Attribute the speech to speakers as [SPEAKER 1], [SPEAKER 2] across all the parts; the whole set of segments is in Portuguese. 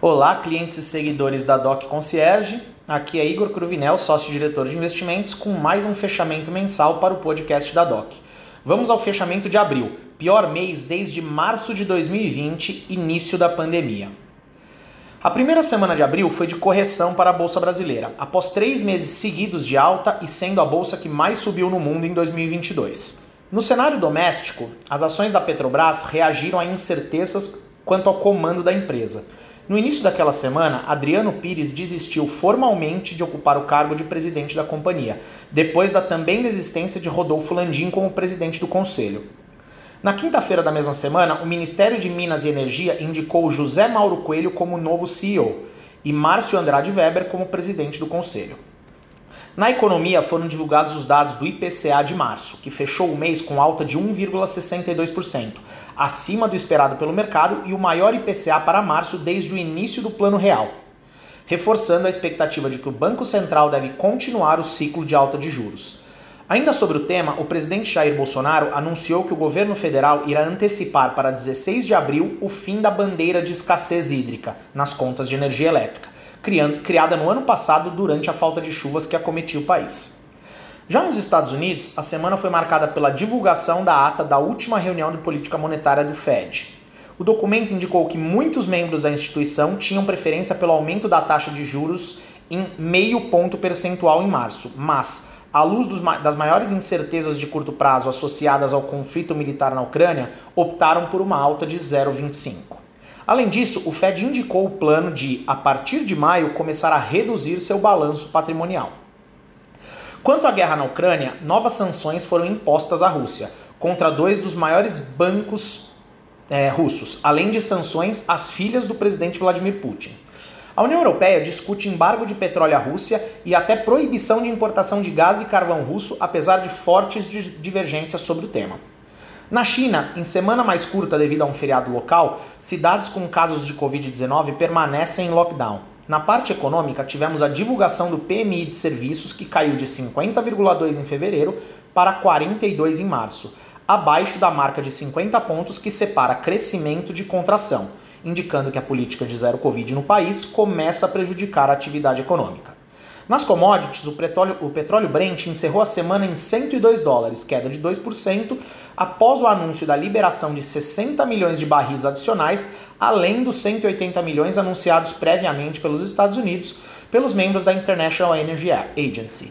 [SPEAKER 1] Olá, clientes e seguidores da Doc Concierge. Aqui é Igor Cruvinel, sócio-diretor de investimentos, com mais um fechamento mensal para o podcast da Doc. Vamos ao fechamento de abril, pior mês desde março de 2020, início da pandemia. A primeira semana de abril foi de correção para a Bolsa Brasileira, após 3 meses seguidos de alta e sendo a bolsa que mais subiu no mundo em 2022. No cenário doméstico, as ações da Petrobras reagiram a incertezas quanto ao comando da empresa. No início daquela semana, Adriano Pires desistiu formalmente de ocupar o cargo de presidente da companhia, depois da também desistência de Rodolfo Landim como presidente do conselho. Na quinta-feira da mesma semana, o Ministério de Minas e Energia indicou José Mauro Coelho como novo CEO e Márcio Andrade Weber como presidente do conselho. Na economia foram divulgados os dados do IPCA de março, que fechou o mês com alta de 1,62%, acima do esperado pelo mercado e o maior IPCA para março desde o início do Plano Real, reforçando a expectativa de que o Banco Central deve continuar o ciclo de alta de juros. Ainda sobre o tema, o presidente Jair Bolsonaro anunciou que o governo federal irá antecipar para 16 de abril o fim da bandeira de escassez hídrica nas contas de energia elétrica, criada no ano passado durante a falta de chuvas que acometia o país. Já nos Estados Unidos, a semana foi marcada pela divulgação da ata da última reunião de política monetária do Fed. O documento indicou que muitos membros da instituição tinham preferência pelo aumento da taxa de juros em 0,5 ponto percentual em março, mas, à luz das maiores incertezas de curto prazo associadas ao conflito militar na Ucrânia, optaram por uma alta de 0,25. Além disso, o Fed indicou o plano de, a partir de maio, começar a reduzir seu balanço patrimonial. Quanto à guerra na Ucrânia, novas sanções foram impostas à Rússia, contra 2 dos maiores bancos russos, além de sanções às filhas do presidente Vladimir Putin. A União Europeia discute embargo de petróleo à Rússia e até proibição de importação de gás e carvão russo, apesar de fortes divergências sobre o tema. Na China, em semana mais curta devido a um feriado local, cidades com casos de Covid-19 permanecem em lockdown. Na parte econômica, tivemos a divulgação do PMI de serviços, que caiu de 50,2 em fevereiro para 42 em março, abaixo da marca de 50 pontos que separa crescimento de contração, indicando que a política de zero Covid no país começa a prejudicar a atividade econômica. Nas commodities, o petróleo Brent encerrou a semana em $102, queda de 2%, após o anúncio da liberação de 60 milhões de barris adicionais, além dos 180 milhões anunciados previamente pelos Estados Unidos, pelos membros da International Energy Agency.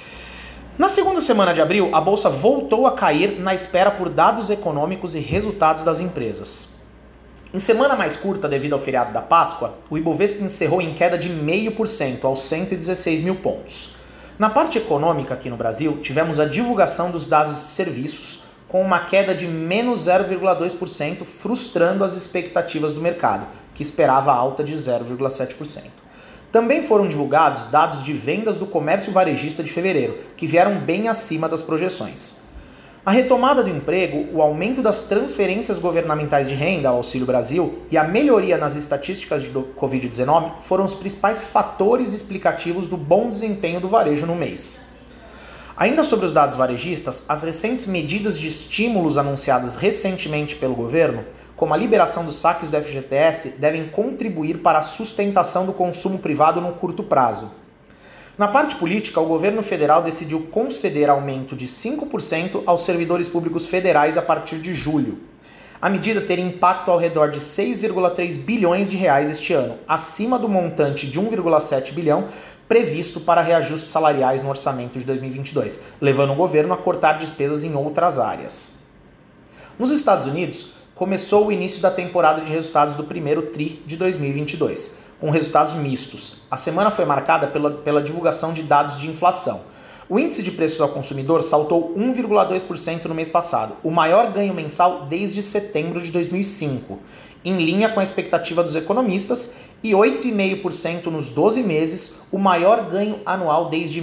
[SPEAKER 1] Na segunda semana de abril, a bolsa voltou a cair na espera por dados econômicos e resultados das empresas. Em semana mais curta, devido ao feriado da Páscoa, o Ibovespa encerrou em queda de 0,5% aos 116 mil pontos. Na parte econômica aqui no Brasil, tivemos a divulgação dos dados de serviços, com uma queda de menos 0,2%, frustrando as expectativas do mercado, que esperava alta de 0,7%. Também foram divulgados dados de vendas do comércio varejista de fevereiro, que vieram bem acima das projeções. A retomada do emprego, o aumento das transferências governamentais de renda ao Auxílio Brasil e a melhoria nas estatísticas de Covid-19 foram os principais fatores explicativos do bom desempenho do varejo no mês. Ainda sobre os dados varejistas, as recentes medidas de estímulos anunciadas recentemente pelo governo, como a liberação dos saques do FGTS, devem contribuir para a sustentação do consumo privado no curto prazo. Na parte política, o governo federal decidiu conceder aumento de 5% aos servidores públicos federais a partir de julho. A medida teria impacto ao redor de 6,3 bilhões de reais este ano, acima do montante de 1,7 bilhão previsto para reajustes salariais no orçamento de 2022, levando o governo a cortar despesas em outras áreas. Nos Estados Unidos, começou o início da temporada de resultados do primeiro TRI de 2022, com resultados mistos. A semana foi marcada pela divulgação de dados de inflação. O índice de preços ao consumidor saltou 1,2% no mês passado, o maior ganho mensal desde setembro de 2005, em linha com a expectativa dos economistas, e 8,5% nos 12 meses, o maior ganho anual desde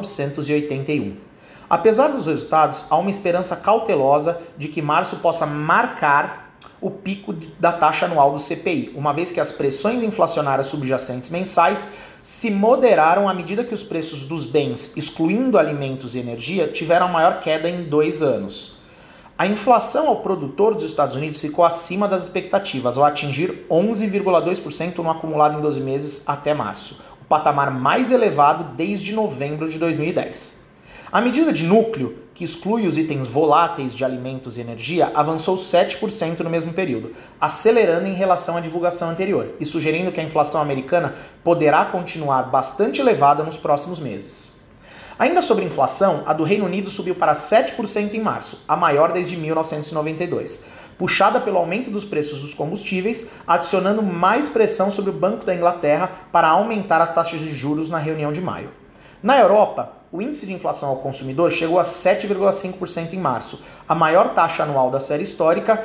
[SPEAKER 1] 1981. Apesar dos resultados, há uma esperança cautelosa de que março possa marcar o pico da taxa anual do CPI, uma vez que as pressões inflacionárias subjacentes mensais se moderaram à medida que os preços dos bens, excluindo alimentos e energia, tiveram a maior queda em 2 anos. A inflação ao produtor dos Estados Unidos ficou acima das expectativas, ao atingir 11,2% no acumulado em 12 meses até março, o patamar mais elevado desde novembro de 2010. A medida de núcleo, que exclui os itens voláteis de alimentos e energia, avançou 7% no mesmo período, acelerando em relação à divulgação anterior e sugerindo que a inflação americana poderá continuar bastante elevada nos próximos meses. Ainda sobre inflação, a do Reino Unido subiu para 7% em março, a maior desde 1992, puxada pelo aumento dos preços dos combustíveis, adicionando mais pressão sobre o Banco da Inglaterra para aumentar as taxas de juros na reunião de maio. Na Europa, o índice de inflação ao consumidor chegou a 7,5% em março, a maior taxa anual da série histórica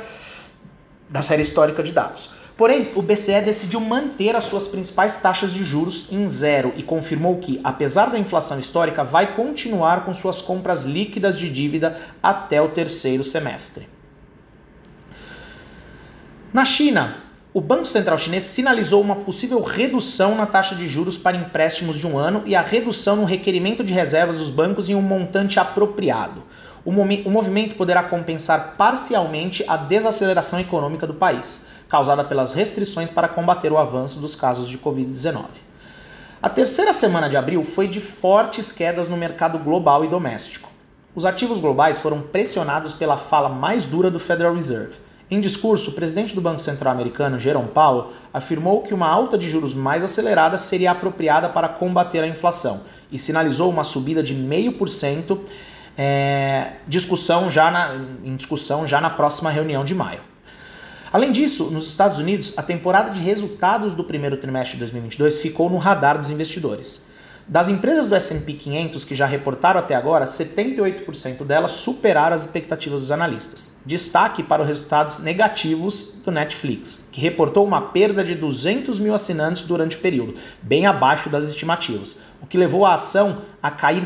[SPEAKER 1] de dados. Porém, o BCE decidiu manter as suas principais taxas de juros em zero e confirmou que, apesar da inflação histórica, vai continuar com suas compras líquidas de dívida até o terceiro semestre. Na China, o Banco Central Chinês sinalizou uma possível redução na taxa de juros para empréstimos de um ano e a redução no requerimento de reservas dos bancos em um montante apropriado. O movimento poderá compensar parcialmente a desaceleração econômica do país, causada pelas restrições para combater o avanço dos casos de Covid-19. A terceira semana de abril foi de fortes quedas no mercado global e doméstico. Os ativos globais foram pressionados pela fala mais dura do Federal Reserve. Em discurso, o presidente do Banco Central americano, Jerome Powell, afirmou que uma alta de juros mais acelerada seria apropriada para combater a inflação e sinalizou uma subida de 0,5% em discussão já na próxima reunião de maio. Além disso, nos Estados Unidos, a temporada de resultados do primeiro trimestre de 2022 ficou no radar dos investidores. Das empresas do S&P 500 que já reportaram até agora, 78% delas superaram as expectativas dos analistas. Destaque para os resultados negativos do Netflix, que reportou uma perda de 200 mil assinantes durante o período, bem abaixo das estimativas, o que levou a ação a cair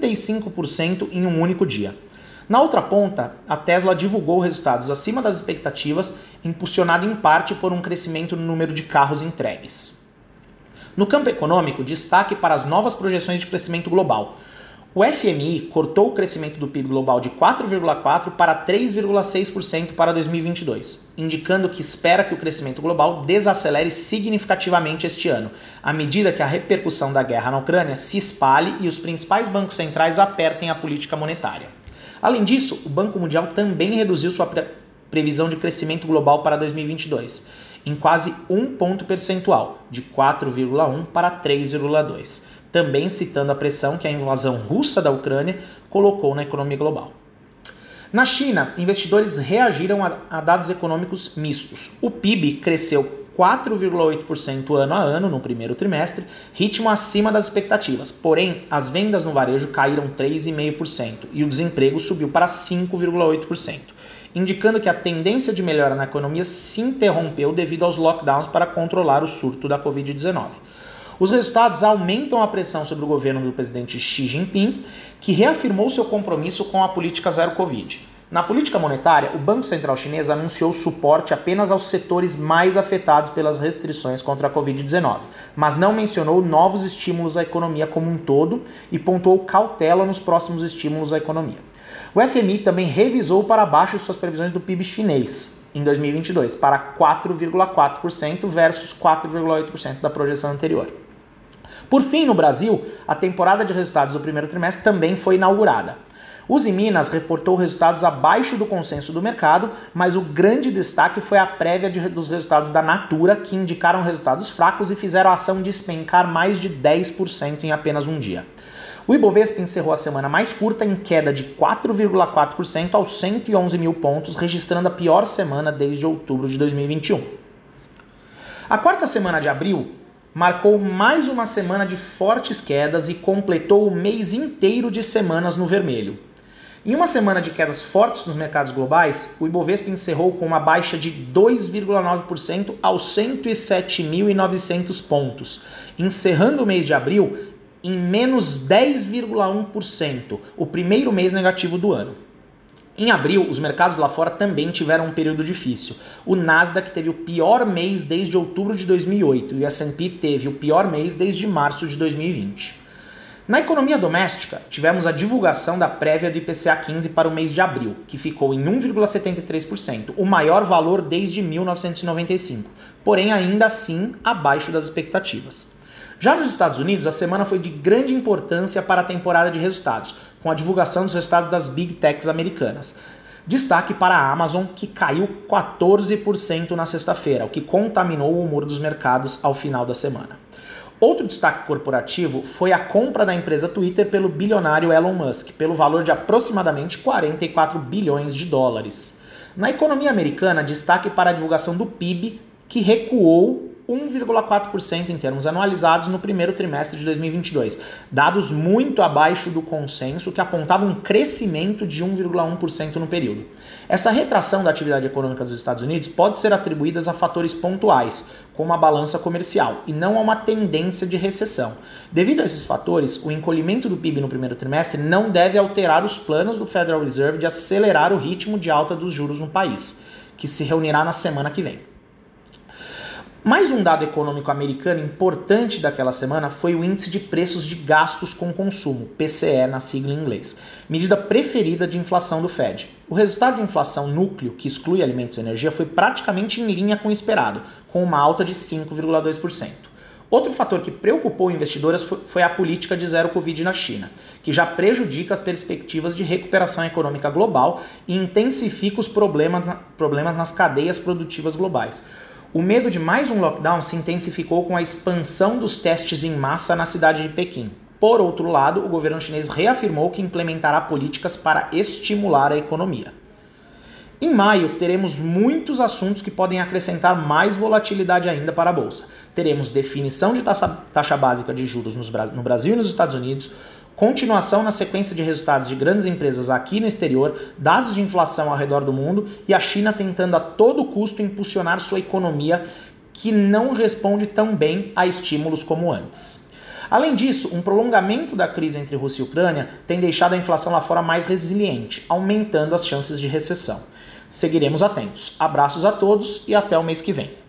[SPEAKER 1] 35% em um único dia. Na outra ponta, a Tesla divulgou resultados acima das expectativas, impulsionado em parte por um crescimento no número de carros entregues. No campo econômico, destaque para as novas projeções de crescimento global. O FMI cortou o crescimento do PIB global de 4,4% para 3,6% para 2022, indicando que espera que o crescimento global desacelere significativamente este ano, à medida que a repercussão da guerra na Ucrânia se espalhe e os principais bancos centrais apertem a política monetária. Além disso, o Banco Mundial também reduziu sua previsão de crescimento global para 2022, em quase 1 ponto percentual, de 4,1% para 3,2%, também citando a pressão que a invasão russa da Ucrânia colocou na economia global. Na China, investidores reagiram a dados econômicos mistos. O PIB cresceu 4,8% ano a ano no primeiro trimestre, ritmo acima das expectativas. Porém, as vendas no varejo caíram 3,5% e o desemprego subiu para 5,8%, indicando que a tendência de melhora na economia se interrompeu devido aos lockdowns para controlar o surto da Covid-19. Os resultados aumentam a pressão sobre o governo do presidente Xi Jinping, que reafirmou seu compromisso com a política zero Covid. Na política monetária, o Banco Central Chinês anunciou suporte apenas aos setores mais afetados pelas restrições contra a Covid-19, mas não mencionou novos estímulos à economia como um todo e pontuou cautela nos próximos estímulos à economia. O FMI também revisou para baixo suas previsões do PIB chinês em 2022 para 4,4% versus 4,8% da projeção anterior. Por fim, no Brasil, a temporada de resultados do primeiro trimestre também foi inaugurada. Uzi Minas reportou resultados abaixo do consenso do mercado, mas o grande destaque foi a prévia dos resultados da Natura, que indicaram resultados fracos e fizeram a ação despencar mais de 10% em apenas um dia. O Ibovespa encerrou a semana mais curta em queda de 4,4% aos 111 mil pontos, registrando a pior semana desde outubro de 2021. A quarta semana de abril marcou mais uma semana de fortes quedas e completou o mês inteiro de semanas no vermelho. Em uma semana de quedas fortes nos mercados globais, o Ibovespa encerrou com uma baixa de 2,9% aos 107.900 pontos, encerrando o mês de abril em menos 10,1%, o primeiro mês negativo do ano. Em abril, os mercados lá fora também tiveram um período difícil. O Nasdaq teve o pior mês desde outubro de 2008 e o S&P teve o pior mês desde março de 2020. Na economia doméstica, tivemos a divulgação da prévia do IPCA 15 para o mês de abril, que ficou em 1,73%, o maior valor desde 1995, porém ainda assim abaixo das expectativas. Já nos Estados Unidos, a semana foi de grande importância para a temporada de resultados, com a divulgação dos resultados das Big Techs americanas. Destaque para a Amazon, que caiu 14% na sexta-feira, o que contaminou o humor dos mercados ao final da semana. Outro destaque corporativo foi a compra da empresa Twitter pelo bilionário Elon Musk, pelo valor de aproximadamente 44 bilhões de dólares. Na economia americana, destaque para a divulgação do PIB, que recuou 1,4% em termos anualizados no primeiro trimestre de 2022, dados muito abaixo do consenso que apontava um crescimento de 1,1% no período. Essa retração da atividade econômica dos Estados Unidos pode ser atribuída a fatores pontuais, como a balança comercial, e não a uma tendência de recessão. Devido a esses fatores, o encolhimento do PIB no primeiro trimestre não deve alterar os planos do Federal Reserve de acelerar o ritmo de alta dos juros no país, que se reunirá na semana que vem. Mais um dado econômico americano importante daquela semana foi o Índice de Preços de Gastos com Consumo, PCE na sigla em inglês, medida preferida de inflação do Fed. O resultado de inflação núcleo, que exclui alimentos e energia, foi praticamente em linha com o esperado, com uma alta de 5,2%. Outro fator que preocupou investidores foi a política de zero Covid na China, que já prejudica as perspectivas de recuperação econômica global e intensifica os problemas nas cadeias produtivas globais. O medo de mais um lockdown se intensificou com a expansão dos testes em massa na cidade de Pequim. Por outro lado, o governo chinês reafirmou que implementará políticas para estimular a economia. Em maio, teremos muitos assuntos que podem acrescentar mais volatilidade ainda para a Bolsa. Teremos definição de taxa básica de juros no Brasil e nos Estados Unidos, continuação na sequência de resultados de grandes empresas aqui no exterior, dados de inflação ao redor do mundo e a China tentando a todo custo impulsionar sua economia, que não responde tão bem a estímulos como antes. Além disso, um prolongamento da crise entre Rússia e Ucrânia tem deixado a inflação lá fora mais resiliente, aumentando as chances de recessão. Seguiremos atentos. Abraços a todos e até o mês que vem.